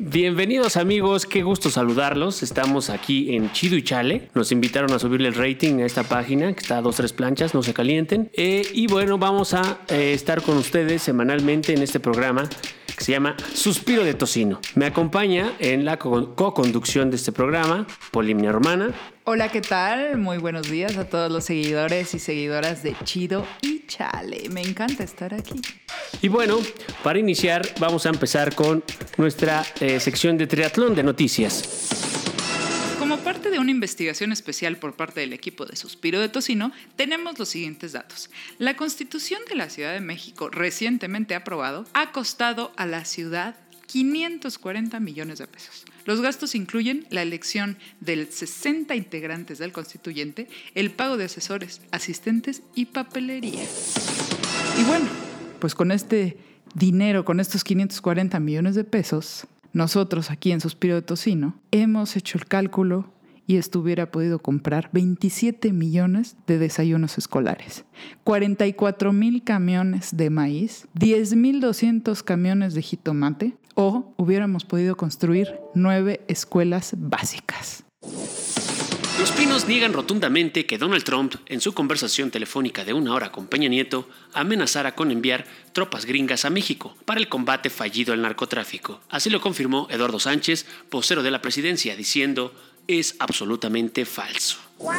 Bienvenidos amigos, qué gusto saludarlos. Estamos aquí en Chido y Chale. Nos invitaron a subirle el rating a esta página que está a 2-3 planchas, no se calienten. Y bueno, vamos a estar con ustedes semanalmente en este programa que se llama Suspiro de Tocino. Me acompaña en la co-conducción de este programa Poli, mi hermana. Hola, ¿qué tal? Muy buenos días a todos los seguidores y seguidoras de Chido y Chale. Me encanta estar aquí. Y bueno, para iniciar vamos a empezar con nuestra sección de triatlón de noticias. Como parte de una investigación especial por parte del equipo de Suspiro de Tocino, tenemos los siguientes datos. La Constitución de la Ciudad de México, recientemente aprobado, ha costado a la ciudad 540 millones de pesos. Los gastos incluyen la elección de 60 integrantes del constituyente, el pago de asesores, asistentes y papelería. Y bueno, pues con este dinero, con estos 540 millones de pesos, nosotros aquí en Suspiro de Tocino hemos hecho el cálculo y esto hubiera podido comprar 27 millones de desayunos escolares, 44,000 camiones de maíz, 10,200 camiones de jitomate o hubiéramos podido construir 9 escuelas básicas. Los Pinos niegan rotundamente que Donald Trump, en su conversación telefónica de 1 hora con Peña Nieto, amenazara con enviar tropas gringas a México para el combate fallido al narcotráfico. Así lo confirmó Eduardo Sánchez, vocero de la presidencia, diciendo: es absolutamente falso.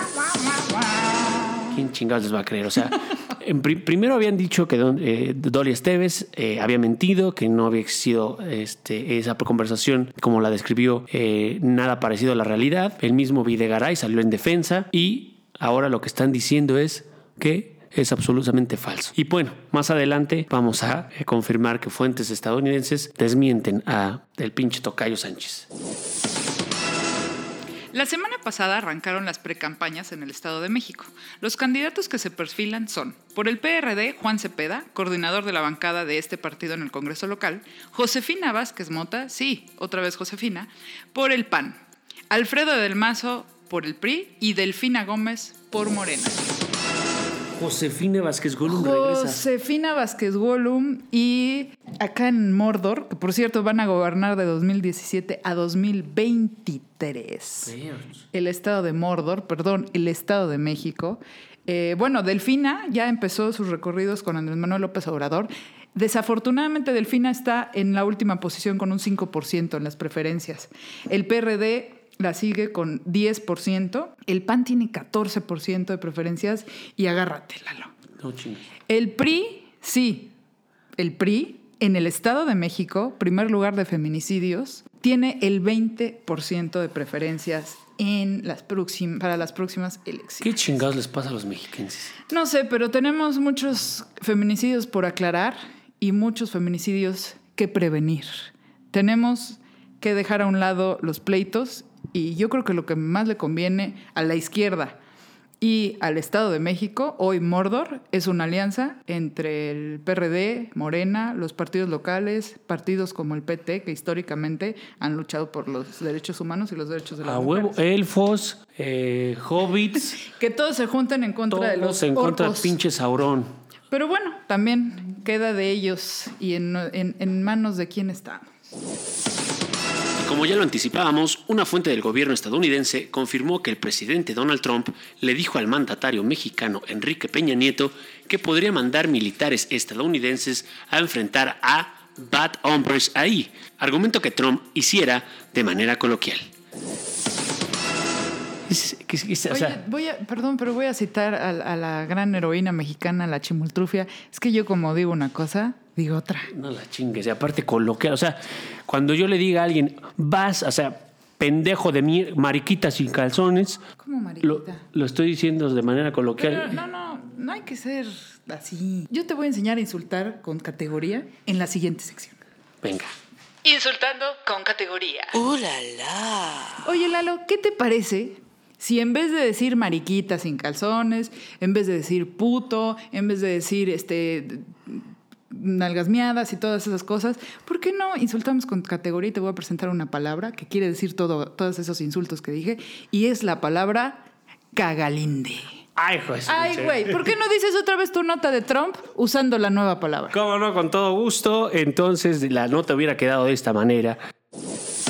¿Quién chingados les va a creer? O sea, primero habían dicho que Dolly Esteves había mentido, que no había existido esa conversación como la describió, nada parecido a la realidad. El mismo Videgaray salió en defensa y ahora lo que están diciendo es que es absolutamente falso. Y bueno, más adelante vamos a confirmar que fuentes estadounidenses desmienten a el pinche tocayo Sánchez. La semana pasada arrancaron las precampañas en el Estado de México. Los candidatos que se perfilan son, por el PRD, Juan Cepeda, coordinador de la bancada de este partido en el Congreso local, Josefina Vázquez Mota, sí, otra vez Josefina, por el PAN, Alfredo del Mazo por el PRI y Delfina Gómez por Morena. Josefina Vázquez Gollum regresa. Josefina Vázquez Gollum y acá en Mordor, que por cierto van a gobernar de 2017 a 2023. El estado de Mordor, el estado de México. Delfina ya empezó sus recorridos con Andrés Manuel López Obrador. Desafortunadamente, Delfina está en la última posición con un 5% en las preferencias. El PRD la sigue con 10%. El PAN tiene 14% de preferencias y agárrate, Lalo. No chingues. El PRI, sí. El PRI, en el Estado de México, primer lugar de feminicidios, tiene el 20% de preferencias para las próximas elecciones. ¿Qué chingados les pasa a los mexicanos? No sé, pero tenemos muchos feminicidios por aclarar y muchos feminicidios que prevenir. Tenemos que dejar a un lado los pleitos y yo creo que lo que más le conviene a la izquierda y al Estado de México, hoy Mordor, es una alianza entre el PRD, Morena, los partidos locales, partidos como el PT, que históricamente han luchado por los derechos humanos y los derechos de las mujeres. A huevo, elfos, hobbits. Que todos se junten en contra de los en contra del orcos. pinche Sauron. Pero bueno, también queda de ellos y en manos de quién estamos. Como ya lo anticipábamos, una fuente del gobierno estadounidense confirmó que el presidente Donald Trump le dijo al mandatario mexicano Enrique Peña Nieto que podría mandar militares estadounidenses a enfrentar a bad hombres ahí, argumento que Trump hiciera de manera coloquial. Voy a citar a la gran heroína mexicana, la Chimoltrufia. Es que yo, como digo una cosa, digo otra. No la chingues, y aparte coloquial. O sea, cuando yo le diga a alguien, pendejo de mariquita sin calzones. ¿Cómo mariquita? Lo estoy diciendo de manera coloquial. Pero no hay que ser así. Yo te voy a enseñar a insultar con categoría en la siguiente sección. Venga. Insultando con categoría. ¡Oh, la la! Oye, Lalo, ¿qué te parece si en vez de decir mariquita sin calzones, en vez de decir puto, en vez de decir nalgas miadas y todas esas cosas, ¿por qué no insultamos con categoría? Y te voy a presentar una palabra que quiere decir todos esos insultos que dije, y es la palabra cagalinde. Ay, güey, ¿por qué no dices otra vez tu nota de Trump usando la nueva palabra? ¿Cómo no? Con todo gusto. Entonces la nota hubiera quedado de esta manera.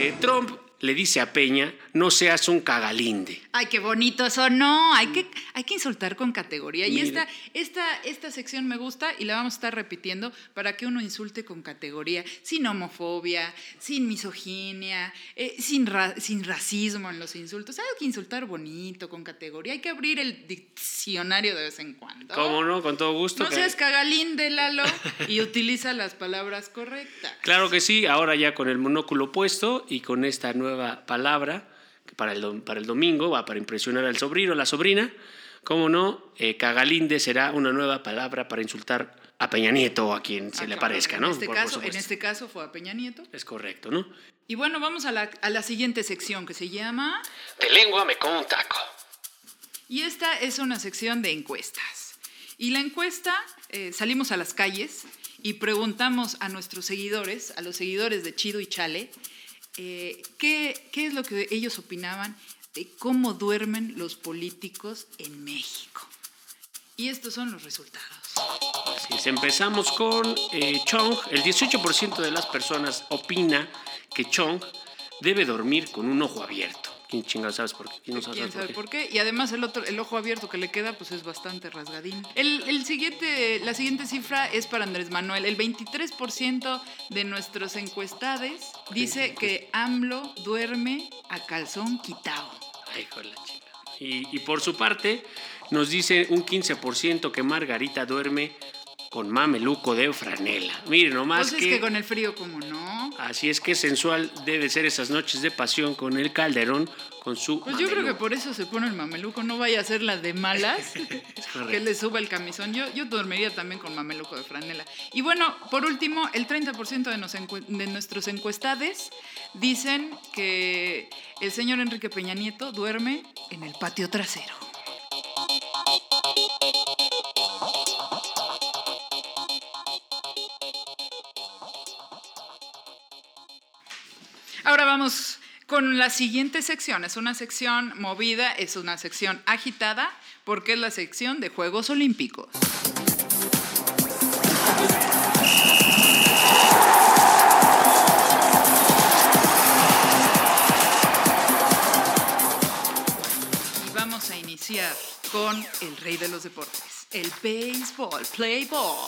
Trump le dice a Peña, no seas un cagalinde. Ay, qué bonito eso, no, hay que insultar con categoría. Mira. Y esta sección me gusta y la vamos a estar repitiendo para que uno insulte con categoría, sin homofobia, sin misoginia, sin racismo en los insultos. Hay que insultar bonito, con categoría, hay que abrir el diccionario de vez en cuando. ¿Cómo no? Con todo gusto. No seas cagalinde, Lalo, y utiliza las palabras correctas. Claro que sí, ahora ya con el monóculo puesto y con esta nueva palabra para el domingo, va para impresionar al sobrino, la sobrina. ¿Cómo no? Cagalinde será una nueva palabra para insultar a Peña Nieto o a quien se le parezca, ¿no? En este caso fue a Peña Nieto. Es correcto, ¿no? Y bueno, vamos a la siguiente sección que se llama... De lengua me como un taco. Y esta es una sección de encuestas. Y la encuesta, salimos a las calles y preguntamos a nuestros seguidores, a los seguidores de Chido y Chale, ¿qué es lo que ellos opinaban de cómo duermen los políticos en México? Y estos son los resultados. Así es, empezamos con Chong. El 18% de las personas opina que Chong debe dormir con un ojo abierto. ¿Quién chingado sabes por qué? ¿Quién sabe por qué? Y además el ojo abierto que le queda pues es bastante rasgadín. La siguiente cifra es para Andrés Manuel. El 23% de nuestros encuestades dice que AMLO duerme a calzón quitado. Ay, hijo de la chica. Y por su parte nos dice un 15% que Margarita duerme con mameluco de franela. Miren, nomás pues es que con el frío, ¿cómo no? Así es que sensual debe ser esas noches de pasión con el Calderón, con su Pues mameluco. yo creo que por eso se pone el mameluco, no vaya a ser las de malas, que le suba el camisón. Yo dormiría también con mameluco de franela. Y bueno, por último, el 30% de nuestros encuestades dicen que el señor Enrique Peña Nieto duerme en el patio trasero. Ahora vamos con la siguiente sección. Es una sección movida, es una sección agitada, porque es la sección de Juegos Olímpicos. Y vamos a iniciar con el rey de los deportes, el béisbol, play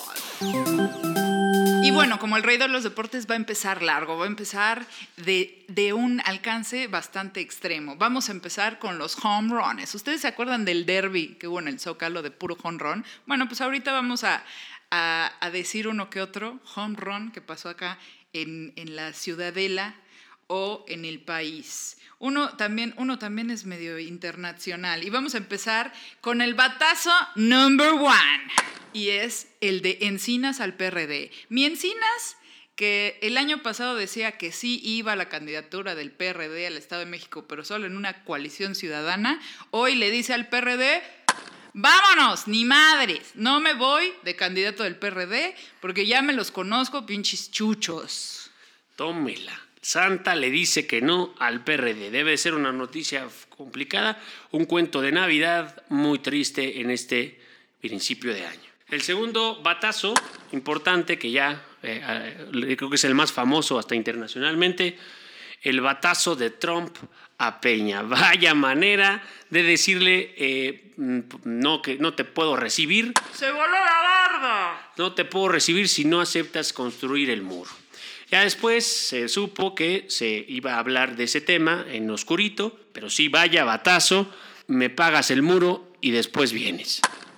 ball. Y bueno, como el rey de los deportes va a empezar largo, va a empezar de un alcance bastante extremo. Vamos a empezar con los home runs. ¿Ustedes se acuerdan del derby que hubo en el Zócalo de puro home run? Bueno, pues ahorita vamos a decir uno que otro home run que pasó acá en la Ciudadela o en el país. Uno también es medio internacional. Y vamos a empezar con el batazo number one. Y es el de Encinas al PRD. Mi Encinas, que el año pasado decía que sí iba a la candidatura del PRD al Estado de México, pero solo en una coalición ciudadana, hoy le dice al PRD, vámonos, ni madres, no me voy de candidato del PRD porque ya me los conozco, pinches chuchos. Tómela. Santa le dice que no al PRD. Debe ser una noticia complicada, un cuento de Navidad muy triste en este principio de año. El segundo batazo importante, que ya creo que es el más famoso hasta internacionalmente, el batazo de Trump a Peña. Vaya manera de decirle no, que no te puedo recibir. ¡Se voló la barda! No te puedo recibir si no aceptas construir el muro. Ya después se supo que se iba a hablar de ese tema en oscurito, pero sí, vaya batazo, me pagas el muro y después vienes.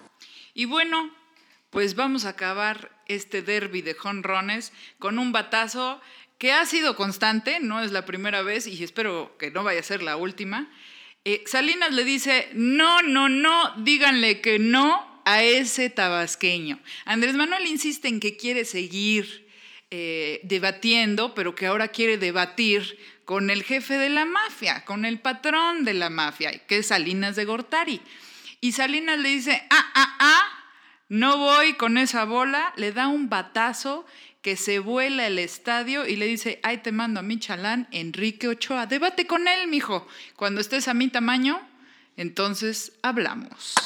Y bueno, pues vamos a acabar este derbi de jonrones con un batazo que ha sido constante, no es la primera vez y espero que no vaya a ser la última. Salinas le dice, no, díganle que no a ese tabasqueño. Andrés Manuel insiste en que quiere seguir debatiendo, pero que ahora quiere debatir con el jefe de la mafia, con el patrón de la mafia, que es Salinas de Gortari. Y Salinas le dice, no voy con esa bola, le da un batazo que se vuela el estadio y le dice, ahí te mando a mi chalán, Enrique Ochoa, debate con él, mijo. Cuando estés a mi tamaño, entonces hablamos.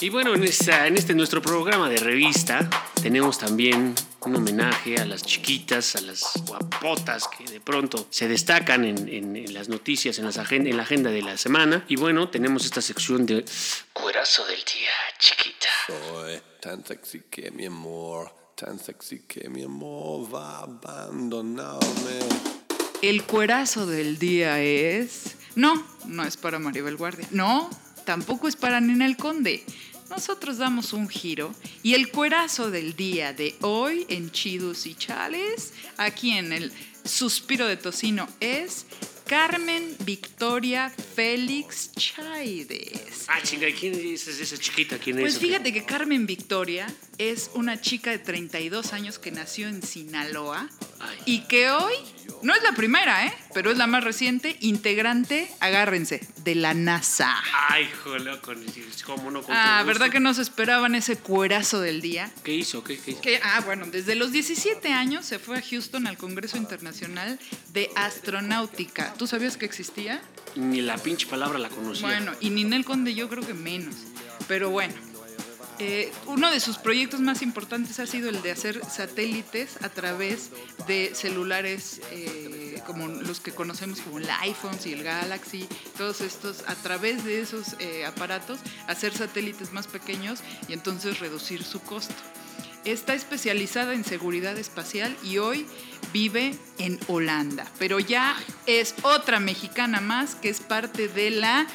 Y bueno, en nuestro programa de revista tenemos también un homenaje a las chiquitas, a las guapotas que de pronto se destacan en las noticias, en la agenda de la semana. Y bueno, tenemos esta sección de Cuerazo del Día, chiquita. Soy tan sexy que mi amor va a abandonarme. El cuerazo del día es... No es para Maribel Guardia. No, tampoco es para Ninel Conde. Nosotros damos un giro y el cuerazo del día de hoy en Chidos y Chales, aquí en el Suspiro de Tocino, es Carmen Victoria Félix Chaides. Chinga, ¿quién es esa chiquita? ¿Quién es? Pues fíjate que Carmen Victoria es una chica de 32 años que nació en Sinaloa y que hoy, no es la primera, pero es la más reciente, integrante, agárrense, de la NASA. Ay, joder, ¿cómo no? ¿Verdad que no se esperaban ese cuerazo del día? ¿Qué hizo? ¿Qué hizo? Bueno, desde los 17 años se fue a Houston al Congreso Internacional de Astronáutica. ¿Tú sabías que existía? Ni la pinche palabra la conocía. Bueno, y Ninel Conde yo creo que menos. Pero bueno, uno de sus proyectos más importantes ha sido el de hacer satélites a través de celulares como los que conocemos como el iPhone y el Galaxy, todos estos, a través de esos aparatos, hacer satélites más pequeños y entonces reducir su costo. Está especializada en seguridad espacial y hoy vive en Holanda, pero ya es otra mexicana más que es parte de la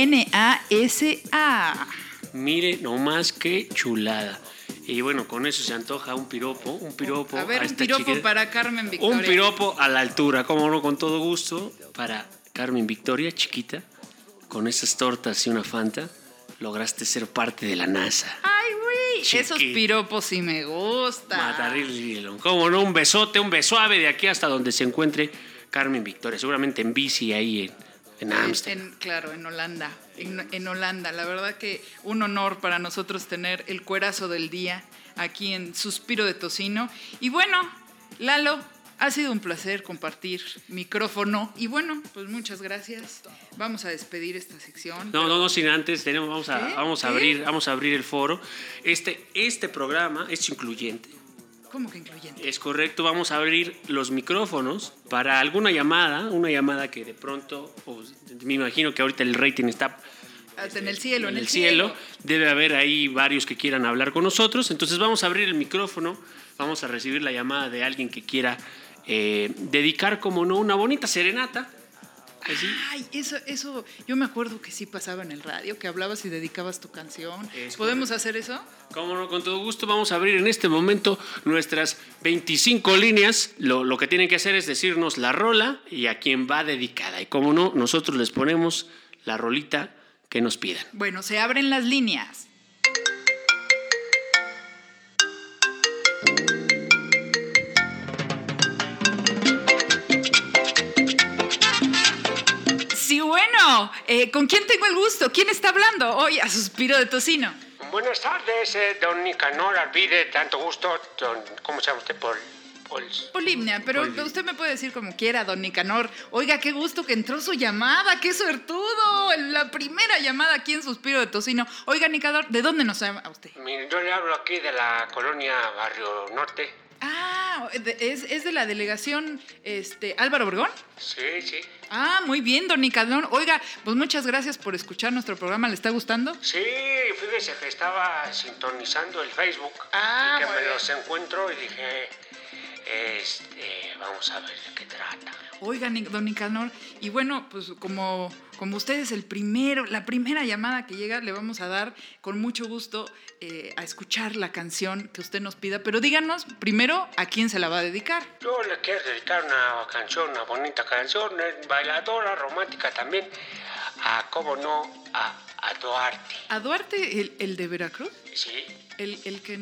NASA. Mire nomás qué chulada. Y bueno, con eso se antoja un piropo. A ver, un piropo chiquita. para Carmen Victoria. Un piropo a la altura, como no, con todo gusto, para Carmen Victoria, chiquita. Con esas tortas y una Fanta, lograste ser parte de la NASA. ¡Ay, güey! Esos piropos sí me gustan. Matar el hielo. Como no, un besote, un besuave de aquí hasta donde se encuentre Carmen Victoria. Seguramente en bici ahí en Ámsterdam. Claro, en Holanda. En Holanda. La verdad que un honor para nosotros tener el cuerazo del día aquí en Suspiro de Tocino. Y bueno, Lalo, ha sido un placer compartir micrófono. Y bueno, pues muchas gracias. Vamos a despedir esta sección. No, sin antes, vamos a abrir el foro. Este programa es incluyente. ¿Cómo que incluyente? Es correcto, vamos a abrir los micrófonos para alguna llamada, una llamada que de pronto, me imagino que ahorita el rating está en el cielo. En el cielo. Debe haber ahí varios que quieran hablar con nosotros. Entonces vamos a abrir el micrófono, vamos a recibir la llamada de alguien que quiera dedicar, como no, una bonita serenata. ¿Así? Ay, eso, yo me acuerdo que sí pasaba en el radio, que hablabas y dedicabas tu canción. ¿Podemos hacer eso? Cómo no, con todo gusto. Vamos a abrir en este momento nuestras 25 líneas. Lo que tienen que hacer es decirnos la rola y a quién va dedicada. Y cómo no, nosotros les ponemos la rolita que nos pidan. Bueno, se abren las líneas. Sí, bueno, ¿con quién tengo el gusto? ¿Quién está hablando hoy a Suspiro de Tocino? Buenas tardes, don Nicanor Arvide, tanto gusto. ¿Cómo se llama usted? Polimnia, pero usted me puede decir como quiera, don Nicanor. Oiga, qué gusto que entró su llamada, qué suertudo. La primera llamada aquí en Suspiro de Tocino. Oiga, Nicanor, ¿de dónde nos llama usted? Yo le hablo aquí de la colonia Barrio Norte. Ah, ¿es de la delegación Álvaro Obregón? Sí. Ah, muy bien, don Nicanor. Oiga, pues muchas gracias por escuchar nuestro programa. ¿Le está gustando? Sí, fíjese que estaba sintonizando el Facebook y que me los encuentro y dije, vamos a ver de qué trata. Oiga, don Nicanor, y bueno, pues como usted es la primera llamada que llega, le vamos a dar con mucho gusto a escuchar la canción que usted nos pida. Pero díganos primero a quién se la va a dedicar. Yo le quiero dedicar una canción, una bonita canción, bailadora, romántica también, cómo no, a Duarte. ¿A Duarte, el de Veracruz? Sí. El que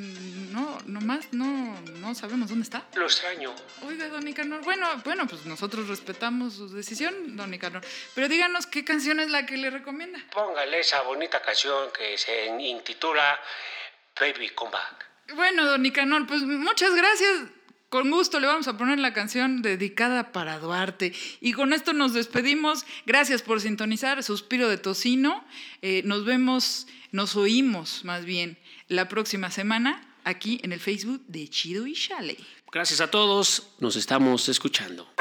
no sabemos dónde está. Lo extraño. Oiga, don Nicanor, bueno, pues nosotros respetamos su decisión, don Nicanor. Pero díganos qué canción es la que le recomienda. Póngale esa bonita canción que se intitula Baby Come Back. Bueno, don Nicanor, pues muchas gracias. Con gusto le vamos a poner la canción dedicada para Duarte. Y con esto nos despedimos. Gracias por sintonizar Suspiro de Tocino. Nos oímos más bien la próxima semana aquí en el Facebook de Chido y Chale. Gracias a todos, nos estamos escuchando.